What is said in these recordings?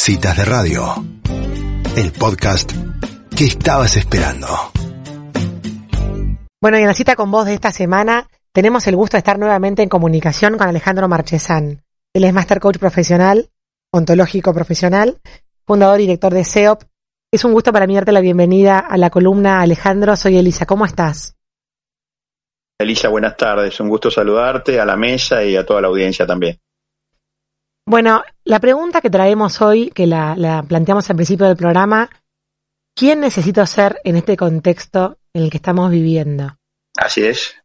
Citas de Radio, el podcast que estabas esperando. Bueno, y en la cita con vos de esta semana tenemos el gusto de estar nuevamente en comunicación con Alejandro Marchesán. Él es Master Coach profesional, ontológico profesional, fundador y director de SEOP. Es un gusto para mí darte la bienvenida a la columna. Alejandro, soy Elisa, ¿cómo estás? Elisa, buenas tardes. Un gusto saludarte, a la mesa y a toda la audiencia también. Bueno, la pregunta que traemos hoy, que la planteamos al principio del programa, ¿quién necesito ser en este contexto en el que estamos viviendo? Así es.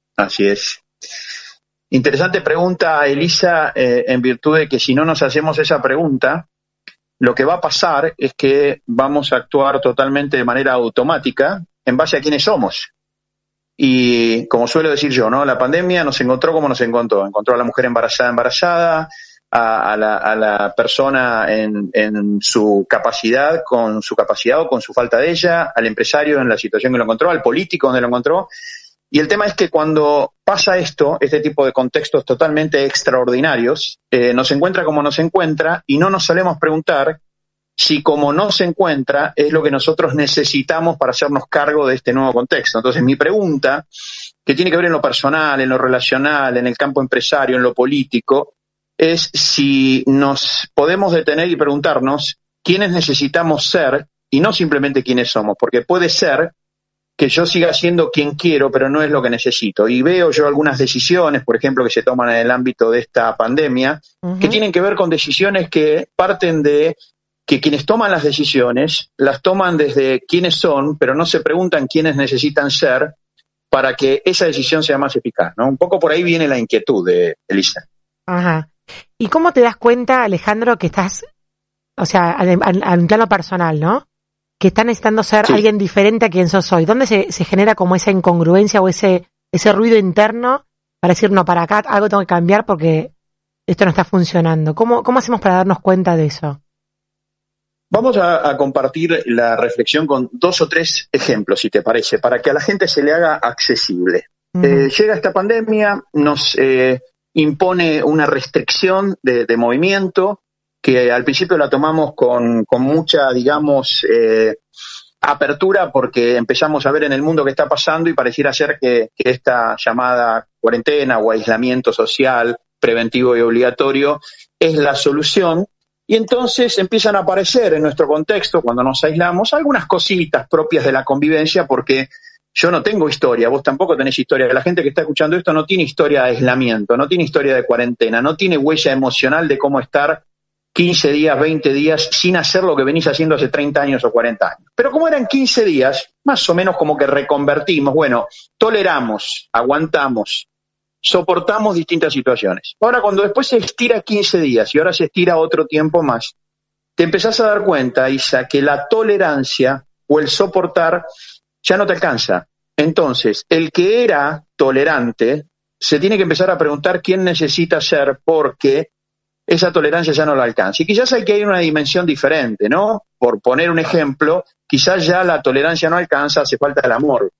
Interesante pregunta, Elisa, en virtud de que si no nos hacemos esa pregunta, lo que va a pasar es que vamos a actuar totalmente de manera automática en base a quiénes somos. Y como suelo decir yo, ¿no? La pandemia nos encontró como nos encontró. Encontró a la mujer embarazada, a la persona en su capacidad, con su capacidad o con su falta de ella, al empresario en la situación que lo encontró, al político donde lo encontró. Y el tema es que cuando pasa este tipo de contextos totalmente extraordinarios, nos encuentra como nos encuentra y no nos solemos preguntar si como no se encuentra es lo que nosotros necesitamos para hacernos cargo de este nuevo contexto. Entonces mi pregunta, que tiene que ver en lo personal, en lo relacional, en el campo empresario, en lo político, es si nos podemos detener y preguntarnos quiénes necesitamos ser y no simplemente quiénes somos, porque puede ser que yo siga siendo quien quiero, pero no es lo que necesito. Y veo yo algunas decisiones, por ejemplo, que se toman en el ámbito de esta pandemia, que tienen que ver con decisiones que parten de que quienes toman las decisiones las toman desde quiénes son, pero no se preguntan quiénes necesitan ser para que esa decisión sea más eficaz, ¿no? Un poco por ahí viene la inquietud de Elisa. Ajá. ¿Y cómo te das cuenta, Alejandro, que estás, o sea, al plano personal, ¿no? Que estás necesitando ser alguien diferente a quien sos hoy. ¿Dónde se genera como esa incongruencia o ese ruido interno para decir, no, para acá algo tengo que cambiar porque esto no está funcionando? ¿Cómo hacemos para darnos cuenta de eso? Vamos a compartir la reflexión con 2 o 3 ejemplos, si te parece, para que a la gente se le haga accesible. Llega esta pandemia, nos impone una restricción de movimiento que al principio la tomamos con mucha, digamos, apertura porque empezamos a ver en el mundo qué está pasando y pareciera ser que esta llamada cuarentena o aislamiento social preventivo y obligatorio es la solución. Y entonces empiezan a aparecer en nuestro contexto, cuando nos aislamos, algunas cositas propias de la convivencia, porque yo no tengo historia, vos tampoco tenés historia. La gente que está escuchando esto no tiene historia de aislamiento, no tiene historia de cuarentena, no tiene huella emocional de cómo estar 15 días, 20 días sin hacer lo que venís haciendo hace 30 años o 40 años. Pero como eran 15 días, más o menos como que reconvertimos, bueno, toleramos, aguantamos, soportamos distintas situaciones. Ahora, cuando después se estira 15 días y ahora se estira otro tiempo más, te empezás a dar cuenta, Isa, que la tolerancia o el soportar ya no te alcanza. Entonces, el que era tolerante se tiene que empezar a preguntar quién necesita ser porque esa tolerancia ya no la alcanza. Y quizás hay que ir a una dimensión diferente, ¿no? Por poner un ejemplo, quizás ya la tolerancia no alcanza, hace falta el amor.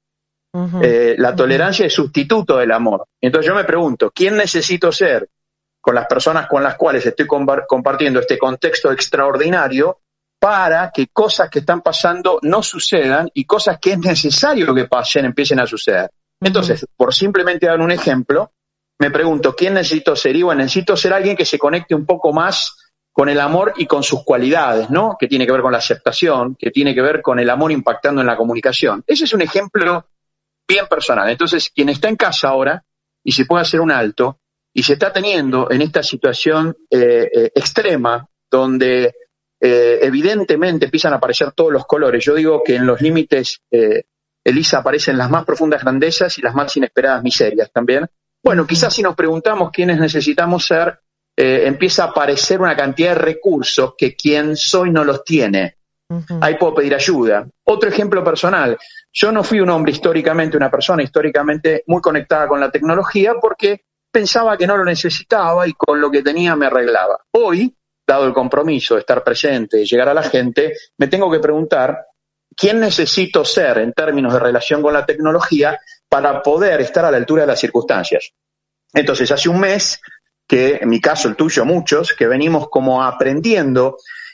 La tolerancia es sustituto del amor. Entonces yo me pregunto, ¿quién necesito ser con las personas con las cuales estoy compartiendo este contexto extraordinario para que cosas que están pasando no sucedan y cosas que es necesario que pasen empiecen a suceder? Entonces, por simplemente dar un ejemplo, me pregunto, ¿quién necesito ser? Y bueno, necesito ser alguien que se conecte un poco más con el amor y con sus cualidades, ¿no? Que tiene que ver con la aceptación, que tiene que ver con el amor impactando en la comunicación. Ese es un ejemplo bien personal. Entonces, quien está en casa ahora y se puede hacer un alto y se está teniendo en esta situación extrema donde evidentemente empiezan a aparecer todos los colores. Yo digo que en los límites, Elisa, aparecen las más profundas grandezas y las más inesperadas miserias también. Bueno, quizás si nos preguntamos quiénes necesitamos ser, empieza a aparecer una cantidad de recursos que quien soy no los tiene. Ahí puedo pedir ayuda. Otro ejemplo personal. Yo no fui un hombre históricamente, una persona históricamente muy conectada con la tecnología porque pensaba que no lo necesitaba y con lo que tenía me arreglaba. Hoy, dado el compromiso de estar presente, de llegar a la gente, me tengo que preguntar quién necesito ser en términos de relación con la tecnología para poder estar a la altura de las circunstancias. Entonces, hace un mes que, en mi caso, el tuyo, muchos, que venimos como aprendiendo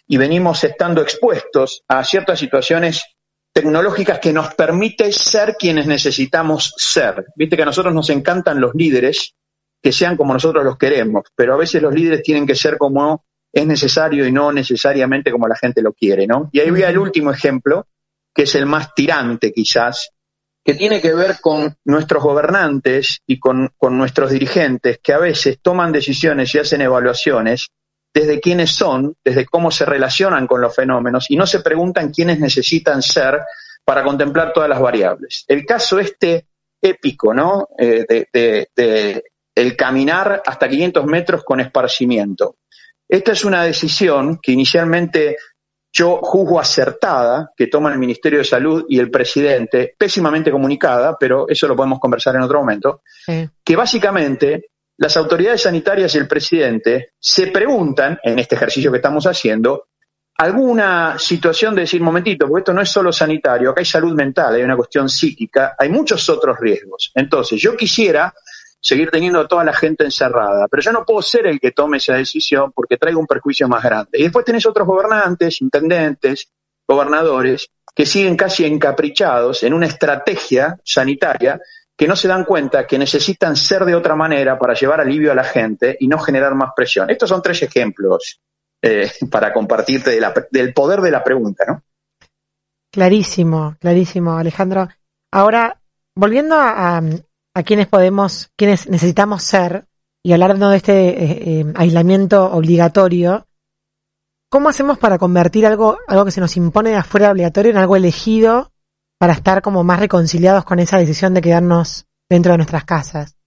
y venimos estando expuestos a ciertas situaciones tecnológicas que nos permiten ser quienes necesitamos ser. Viste que a nosotros nos encantan los líderes que sean como nosotros los queremos, pero a veces los líderes tienen que ser como es necesario y no necesariamente como la gente lo quiere, ¿no? Y ahí voy al último ejemplo, que es el más tirante quizás, que tiene que ver con nuestros gobernantes y con nuestros dirigentes, que a veces toman decisiones y hacen evaluaciones desde quiénes son, desde cómo se relacionan con los fenómenos, y no se preguntan quiénes necesitan ser para contemplar todas las variables. El caso épico, ¿no? De el caminar hasta 500 metros con esparcimiento. Esta es una decisión que inicialmente yo juzgo acertada, que toma el Ministerio de Salud y el presidente, pésimamente comunicada, pero eso lo podemos conversar en otro momento, que básicamente las autoridades sanitarias y el presidente se preguntan, en este ejercicio que estamos haciendo, alguna situación de decir, momentito, porque esto no es solo sanitario, acá hay salud mental, hay una cuestión psíquica, hay muchos otros riesgos. Entonces, yo quisiera seguir teniendo a toda la gente encerrada, pero yo no puedo ser el que tome esa decisión porque traigo un perjuicio más grande. Y después tenés otros gobernantes, intendentes, gobernadores, que siguen casi encaprichados en una estrategia sanitaria que no se dan cuenta que necesitan ser de otra manera para llevar alivio a la gente y no generar más presión. Estos son 3 ejemplos para compartirte del poder de la pregunta, ¿no? Clarísimo, Alejandro. Ahora, volviendo a quienes necesitamos ser, y hablando de este aislamiento obligatorio, ¿cómo hacemos para convertir algo que se nos impone de afuera obligatorio en algo elegido para estar como más reconciliados con esa decisión de quedarnos dentro de nuestras casas?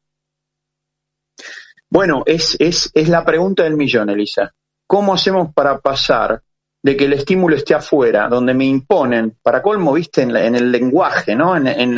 Bueno, es la pregunta del millón, Elisa. ¿Cómo hacemos para pasar de que el estímulo esté afuera, donde me imponen, para colmo, viste, en el lenguaje, ¿no?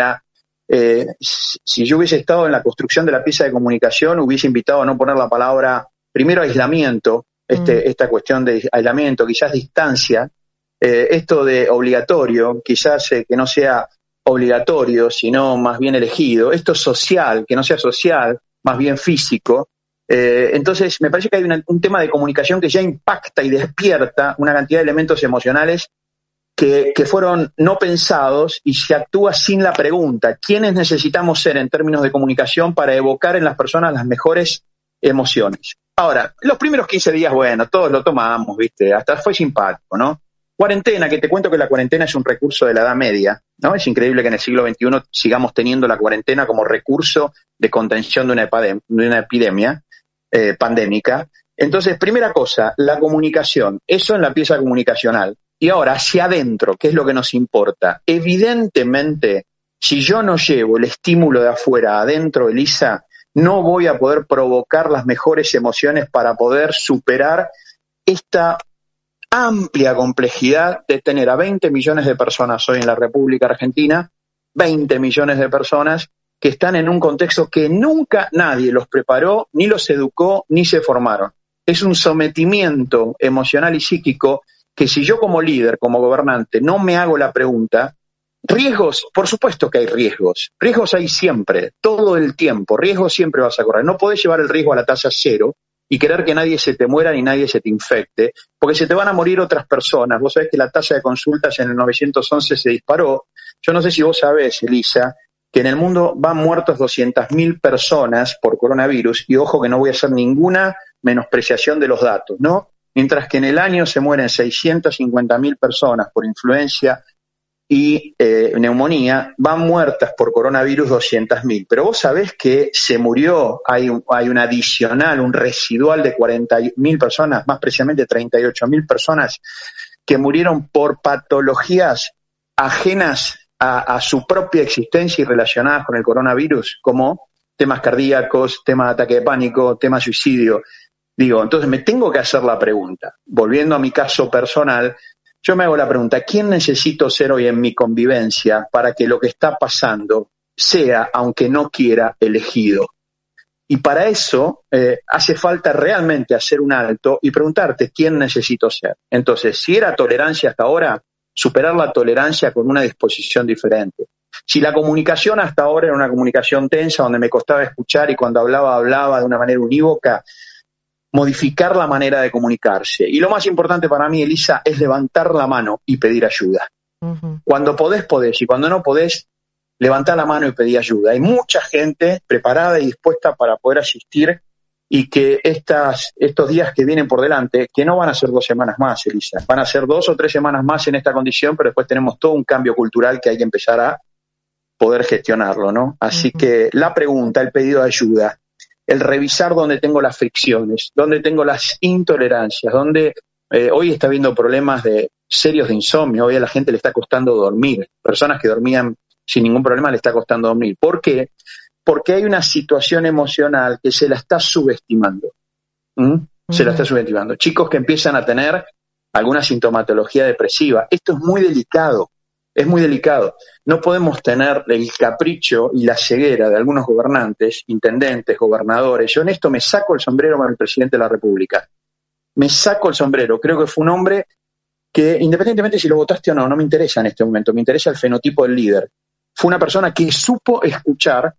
Si yo hubiese estado en la construcción de la pieza de comunicación, hubiese invitado a no poner la palabra, primero aislamiento, esta cuestión de aislamiento, quizás distancia, esto de obligatorio, quizás que no sea obligatorio, sino más bien elegido, esto social, que no sea social, más bien físico. Entonces, me parece que hay un tema de comunicación que ya impacta y despierta una cantidad de elementos emocionales que fueron no pensados y se actúa sin la pregunta. ¿Quiénes necesitamos ser en términos de comunicación para evocar en las personas las mejores emociones? Ahora, los primeros 15 días, bueno, todos lo tomamos, ¿viste? Hasta fue simpático, ¿no? Cuarentena, que te cuento que la cuarentena es un recurso de la Edad Media, ¿no? Es increíble que en el siglo XXI sigamos teniendo la cuarentena como recurso de contención de una epidemia pandémica. Entonces, primera cosa, la comunicación, eso en la pieza comunicacional. Y ahora, hacia adentro, ¿qué es lo que nos importa? Evidentemente, si yo no llevo el estímulo de afuera adentro, Elisa, no voy a poder provocar las mejores emociones para poder superar esta amplia complejidad de tener a 20 millones de personas hoy en la República Argentina, 20 millones de personas que están en un contexto que nunca nadie los preparó, ni los educó, ni se formaron. Es un sometimiento emocional y psíquico que si yo como líder, como gobernante, no me hago la pregunta, riesgos, por supuesto que hay riesgos hay siempre, todo el tiempo, riesgos siempre vas a correr, no podés llevar el riesgo a la tasa 0 y querer que nadie se te muera ni nadie se te infecte, porque se te van a morir otras personas. Vos sabés que la tasa de consultas en el 911 se disparó, yo no sé si vos sabés, Elisa, que en el mundo van muertos 200.000 personas por coronavirus, y ojo que no voy a hacer ninguna menospreciación de los datos, ¿no? Mientras que en el año se mueren 650.000 personas por influencia y neumonía, van muertas por coronavirus 200.000. Pero vos sabés que se murió, hay un adicional, un residual de 40.000 personas, más precisamente 38.000 personas, que murieron por patologías ajenas a su propia existencia y relacionadas con el coronavirus, como temas cardíacos, temas de ataque de pánico, temas de suicidio. Digo, entonces me tengo que hacer la pregunta. Volviendo a mi caso personal, yo me hago la pregunta, ¿quién necesito ser hoy en mi convivencia para que lo que está pasando sea, aunque no quiera, elegido? Y para eso hace falta realmente hacer un alto y preguntarte quién necesito ser. Entonces, si era tolerancia hasta ahora, superar la tolerancia con una disposición diferente. Si la comunicación hasta ahora era una comunicación tensa, donde me costaba escuchar y cuando hablaba de una manera unívoca, modificar la manera de comunicarse. Y lo más importante para mí, Elisa, es levantar la mano y pedir ayuda. Uh-huh. Cuando podés, y cuando no podés, levantá la mano y pedí ayuda. Hay mucha gente preparada y dispuesta para poder asistir, y que estos días que vienen por delante, que no van a ser 2 semanas más, Elisa, van a ser 2 o 3 semanas más en esta condición, pero después tenemos todo un cambio cultural que hay que empezar a poder gestionarlo, ¿no? Así que la pregunta, el pedido de ayuda, el revisar dónde tengo las fricciones, dónde tengo las intolerancias, dónde hoy está habiendo problemas serios de insomnio, hoy a la gente le está costando dormir, personas que dormían sin ningún problema le está costando dormir. ¿Por qué? Porque hay una situación emocional que se la está subestimando. Se la está subestimando. Chicos que empiezan a tener alguna sintomatología depresiva. Esto es muy delicado. Es muy delicado. No podemos tener el capricho y la ceguera de algunos gobernantes, intendentes, gobernadores. Yo en esto me saco el sombrero con el presidente de la República. Me saco el sombrero. Creo que fue un hombre que, independientemente si lo votaste o no, no me interesa en este momento. Me interesa el fenotipo del líder. Fue una persona que supo escuchar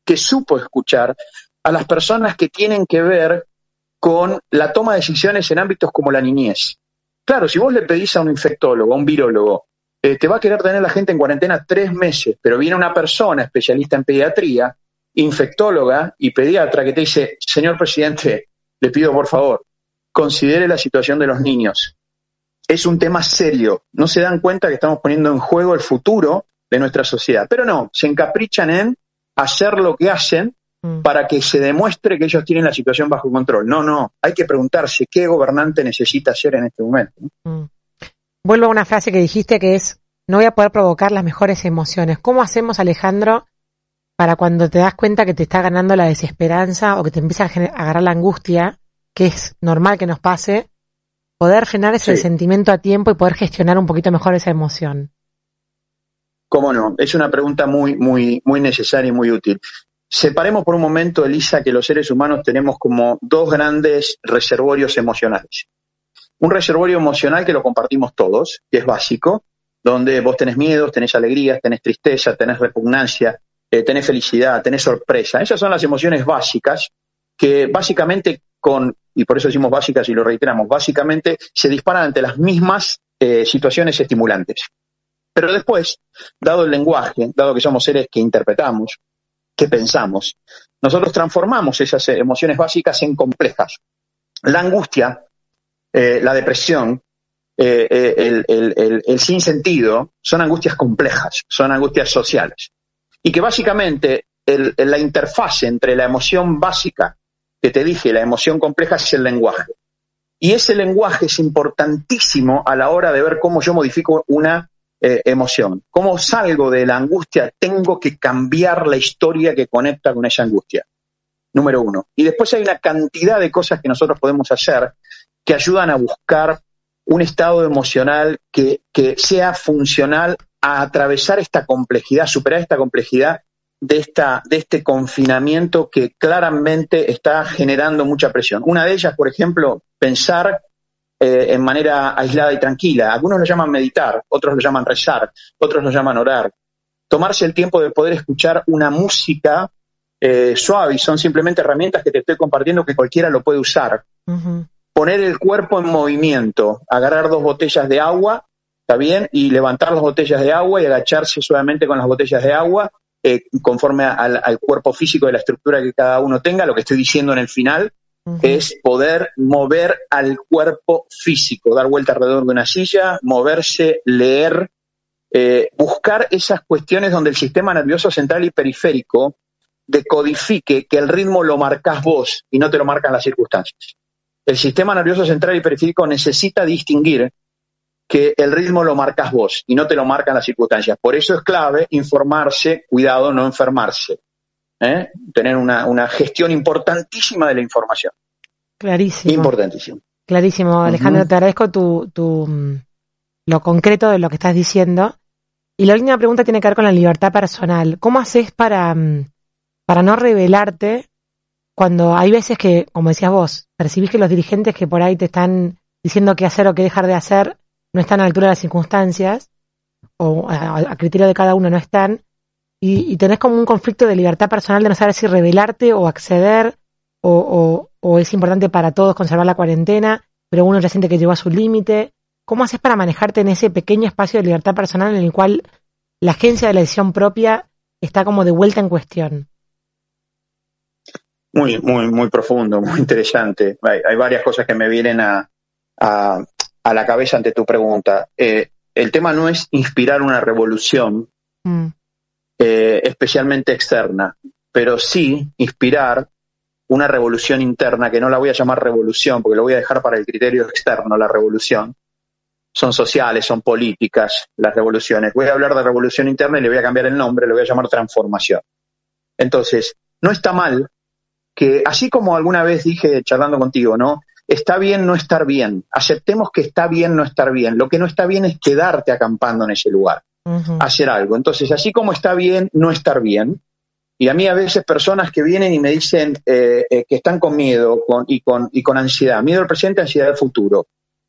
a las personas que tienen que ver con la toma de decisiones en ámbitos como la niñez. Claro, si vos le pedís a un infectólogo, a un virólogo, te va a querer tener la gente en cuarentena 3 meses, pero viene una persona especialista en pediatría, infectóloga y pediatra, que te dice: señor presidente, le pido por favor, considere la situación de los niños. Es un tema serio. No se dan cuenta que estamos poniendo en juego el futuro de nuestra sociedad. Pero no, se encaprichan en hacer lo que hacen para que se demuestre que ellos tienen la situación bajo control. No, hay que preguntarse qué gobernante necesita hacer en este momento. Vuelvo a una frase que dijiste, que es: no voy a poder provocar las mejores emociones. ¿Cómo hacemos, Alejandro, para cuando te das cuenta que te está ganando la desesperanza o que te empieza a agarrar la angustia, que es normal que nos pase, poder frenar ese sentimiento a tiempo y poder gestionar un poquito mejor esa emoción? ¿Cómo no? Es una pregunta muy, muy, muy necesaria y muy útil. Separemos por un momento, Elisa, que los seres humanos tenemos como 2 grandes reservorios emocionales. Un reservorio emocional que lo compartimos todos, que es básico, donde vos tenés miedos, tenés alegrías, tenés tristeza, tenés repugnancia, tenés felicidad, tenés sorpresa. Esas son las emociones básicas que básicamente y por eso decimos básicas y lo reiteramos, básicamente se disparan ante las mismas situaciones estimulantes. Pero después, dado el lenguaje, dado que somos seres que interpretamos, que pensamos, nosotros transformamos esas emociones básicas en complejas. La angustia, la depresión, el sinsentido, son angustias complejas, son angustias sociales. Y que básicamente la interfase entre la emoción básica que te dije y la emoción compleja es el lenguaje. Y ese lenguaje es importantísimo a la hora de ver cómo yo modifico una emoción. ¿Cómo salgo de la angustia? Tengo que cambiar la historia que conecta con esa angustia. Número 1. Y después hay una cantidad de cosas que nosotros podemos hacer que ayudan a buscar un estado emocional que sea funcional a atravesar esta complejidad, superar esta complejidad de este confinamiento que claramente está generando mucha presión. Una de ellas, por ejemplo, pensar en manera aislada y tranquila. Algunos lo llaman meditar, otros lo llaman rezar, otros lo llaman orar. Tomarse el tiempo de poder escuchar una música suave, y son simplemente herramientas que te estoy compartiendo que cualquiera lo puede usar. Uh-huh. Poner el cuerpo en movimiento, agarrar 2 botellas de agua, ¿está bien? Y levantar las botellas de agua y agacharse suavemente con las botellas de agua, conforme al cuerpo físico de la estructura que cada uno tenga. Lo que estoy diciendo en el final es poder mover al cuerpo físico, dar vuelta alrededor de una silla, moverse, leer, buscar esas cuestiones donde el sistema nervioso central y periférico decodifique que el ritmo lo marcás vos y no te lo marcan las circunstancias. El sistema nervioso central y periférico necesita distinguir que el ritmo lo marcas vos y no te lo marcan las circunstancias. Por eso es clave informarse, cuidado, no enfermarse. Tener una gestión importantísima de la información. Clarísimo. Importantísimo. Clarísimo, Alejandro, te agradezco lo concreto de lo que estás diciendo. Y la última pregunta tiene que ver con la libertad personal. ¿Cómo haces para no rebelarte cuando hay veces que, como decías vos, percibís que los dirigentes que por ahí te están diciendo qué hacer o qué dejar de hacer no están a la altura de las circunstancias, o a criterio de cada uno no están, y tenés como un conflicto de libertad personal de no saber si rebelarte o acceder o o es importante para todos conservar la cuarentena, pero uno ya siente que llegó a su límite. ¿Cómo haces para manejarte en ese pequeño espacio de libertad personal en el cual la agencia de la decisión propia está como de vuelta en cuestión? Muy, muy, muy profundo, muy interesante. Hay varias cosas que me vienen a la cabeza ante tu pregunta. El tema no es inspirar una revolución, especialmente externa, pero sí inspirar una revolución interna, que no la voy a llamar revolución, porque lo voy a dejar para el criterio externo, la revolución. Son sociales, son políticas, las revoluciones. Voy a hablar de revolución interna y le voy a cambiar el nombre, le voy a llamar transformación. Entonces, no está mal que, así como alguna vez dije charlando contigo, ¿no? Está bien no estar bien. Aceptemos que está bien no estar bien. Lo que no está bien es quedarte acampando en ese lugar, hacer algo. Entonces, así como está bien no estar bien, y a mí a veces personas que vienen y me dicen que están con miedo y con ansiedad, miedo al presente, ansiedad al futuro.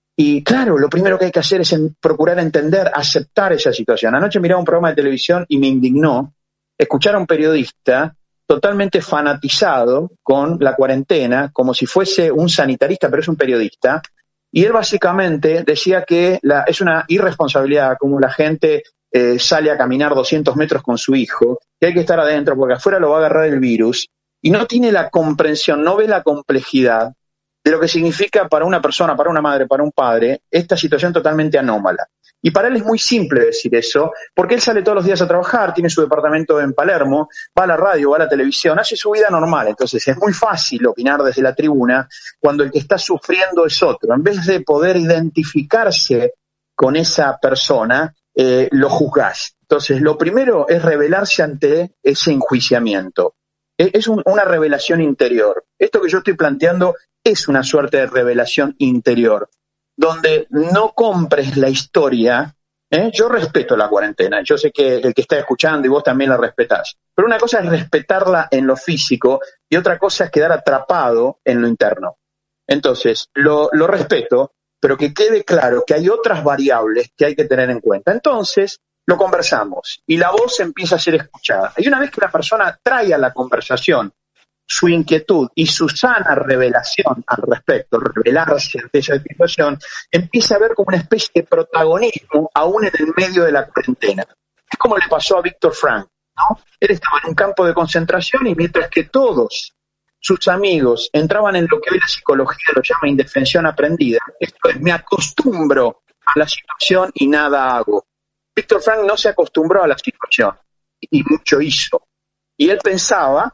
Y claro, lo primero que hay que hacer es procurar entender, aceptar esa situación. Anoche miraba un programa de televisión y me indignó escuchar a un periodista totalmente fanatizado con la cuarentena, como si fuese un sanitarista, pero es un periodista, y él básicamente decía que es una irresponsabilidad como la gente sale a caminar 200 metros con su hijo, que hay que estar adentro porque afuera lo va a agarrar el virus, y no tiene la comprensión, no ve la complejidad de lo que significa para una persona, para una madre, para un padre, esta situación totalmente anómala. Y para él es muy simple decir eso, porque él sale todos los días a trabajar, tiene su departamento en Palermo, va a la radio, va a la televisión, hace su vida normal. Entonces es muy fácil opinar desde la tribuna cuando el que está sufriendo es otro. En vez de poder identificarse con esa persona, lo juzgás. Entonces lo primero es rebelarse ante ese enjuiciamiento. Es una revelación interior. Esto que yo estoy planteando es una suerte de revelación interior, donde no compres la historia. Yo respeto la cuarentena, yo sé que el que está escuchando y vos también la respetás, pero una cosa es respetarla en lo físico y otra cosa es quedar atrapado en lo interno. Entonces, lo respeto, pero que quede claro que hay otras variables que hay que tener en cuenta. Entonces, lo conversamos y la voz empieza a ser escuchada. Y una vez que la persona trae a la conversación su inquietud y su sana revelación al respecto, revelarse ante esa situación, empieza a ver como una especie de protagonismo aún en el medio de la cuarentena. Es como le pasó a Víctor Frank, ¿no? Él estaba en un campo de concentración y mientras que todos sus amigos entraban en lo que hoy la psicología lo llama indefensión aprendida, esto es, me acostumbro a la situación y nada hago. Víctor Frank no se acostumbró a la situación y mucho hizo. Y él pensaba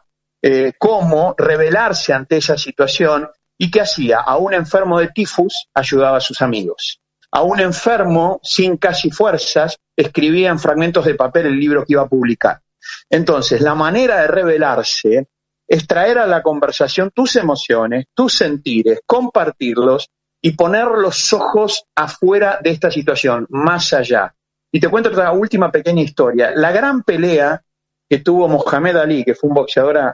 cómo rebelarse ante esa situación y qué hacía. A un enfermo de tifus ayudaba a sus amigos. A un enfermo sin casi fuerzas escribía en fragmentos de papel el libro que iba a publicar. Entonces, la manera de rebelarse es traer a la conversación tus emociones, tus sentires, compartirlos y poner los ojos afuera de esta situación, más allá. Y te cuento otra última pequeña historia. La gran pelea que tuvo Mohamed Ali, que fue un boxeador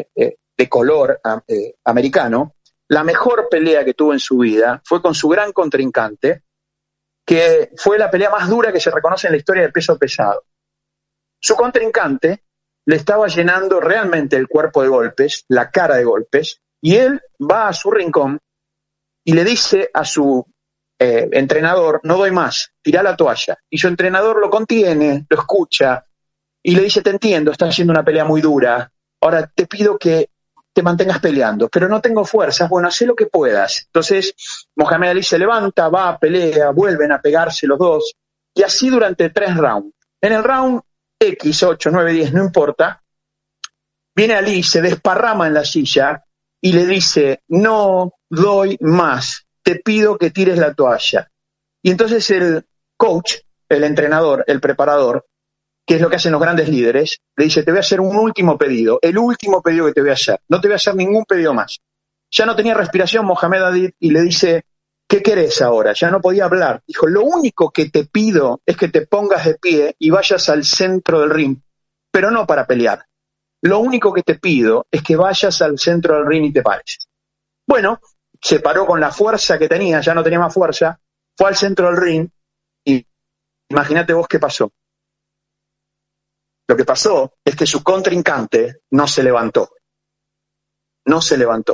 de color americano, la mejor pelea que tuvo en su vida fue con su gran contrincante, que fue la pelea más dura que se reconoce en la historia del peso pesado. Su contrincante le estaba llenando realmente el cuerpo de golpes, la cara de golpes, y él va a su rincón y le dice a su entrenador, no doy más, tirá la toalla. Y su entrenador lo contiene, lo escucha, y le dice, te entiendo, estás haciendo una pelea muy dura, ahora te pido que te mantengas peleando, pero no tengo fuerzas, bueno, haz lo que puedas. Entonces, Mohamed Ali se levanta, va, pelea, vuelven a pegarse los dos, y así durante 3 rounds. En el round X, 8, 9, 10, no importa, viene Ali, se desparrama en la silla y le dice, no doy más, te pido que tires la toalla. Y entonces el coach, el entrenador, el preparador, que es lo que hacen los grandes líderes, le dice, te voy a hacer un último pedido, el último pedido que te voy a hacer, no te voy a hacer ningún pedido más. Ya no tenía respiración Mohamed Ali y le dice, ¿qué querés ahora? Ya no podía hablar. Dijo, lo único que te pido es que te pongas de pie y vayas al centro del ring, pero no para pelear. Lo único que te pido es que vayas al centro del ring y te pares. Bueno, se paró con la fuerza que tenía, ya no tenía más fuerza, fue al centro del ring y imagínate vos qué pasó. Lo que pasó es que su contrincante no se levantó. No se levantó.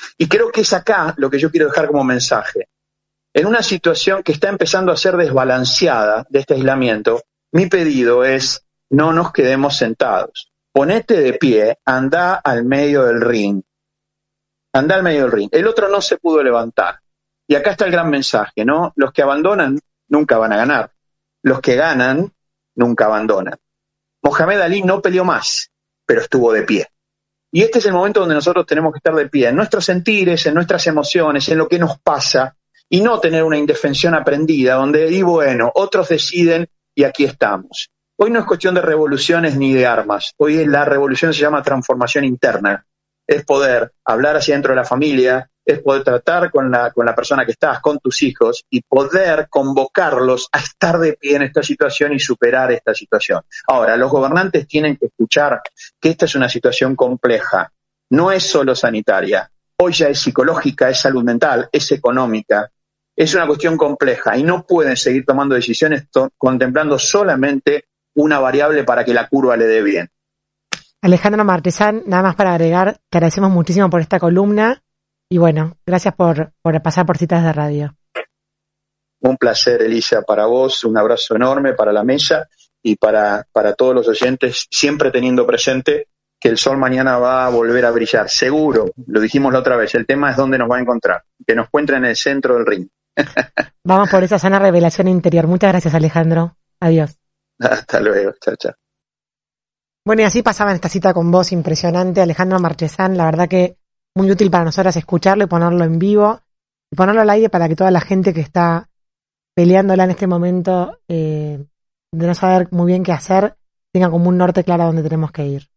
Y creo que es acá lo que yo quiero dejar como mensaje. En una situación que está empezando a ser desbalanceada de este aislamiento, mi pedido es: no nos quedemos sentados. Ponete de pie, anda al medio del ring. Anda al medio del ring. El otro no se pudo levantar. Y acá está el gran mensaje, ¿no? Los que abandonan nunca van a ganar. Los que ganan nunca abandonan. Mohamed Ali no peleó más, pero estuvo de pie. Y este es el momento donde nosotros tenemos que estar de pie, en nuestros sentires, en nuestras emociones, en lo que nos pasa, y no tener una indefensión aprendida, donde, y bueno, otros deciden y aquí estamos. Hoy no es cuestión de revoluciones ni de armas. Hoy la revolución se llama transformación interna. Es poder hablar hacia dentro de la familia, es poder tratar con la persona que estás, con tus hijos, y poder convocarlos a estar de pie en esta situación y superar esta situación. Ahora, los gobernantes tienen que escuchar que esta es una situación compleja. No es solo sanitaria. Hoy ya es psicológica, es salud mental, es económica. Es una cuestión compleja y no pueden seguir tomando decisiones contemplando solamente una variable para que la curva le dé bien. Alejandro Marchesán, nada más para agregar, te agradecemos muchísimo por esta columna y bueno, gracias por pasar por Citas de Radio. Un placer, Elisa, para vos, un abrazo enorme para la mesa y para todos los oyentes, siempre teniendo presente que el sol mañana va a volver a brillar, seguro, lo dijimos la otra vez, el tema es dónde nos va a encontrar, que nos encuentre en el centro del ring. Vamos por esa sana revelación interior. Muchas gracias, Alejandro. Adiós. Hasta luego, chao, chao. Bueno, y así pasaba en esta cita con vos impresionante, Alejandro Marchesán. La verdad que muy útil para nosotras escucharlo y ponerlo en vivo y ponerlo al aire para que toda la gente que está peleándola en este momento de no saber muy bien qué hacer tenga como un norte claro a dónde tenemos que ir.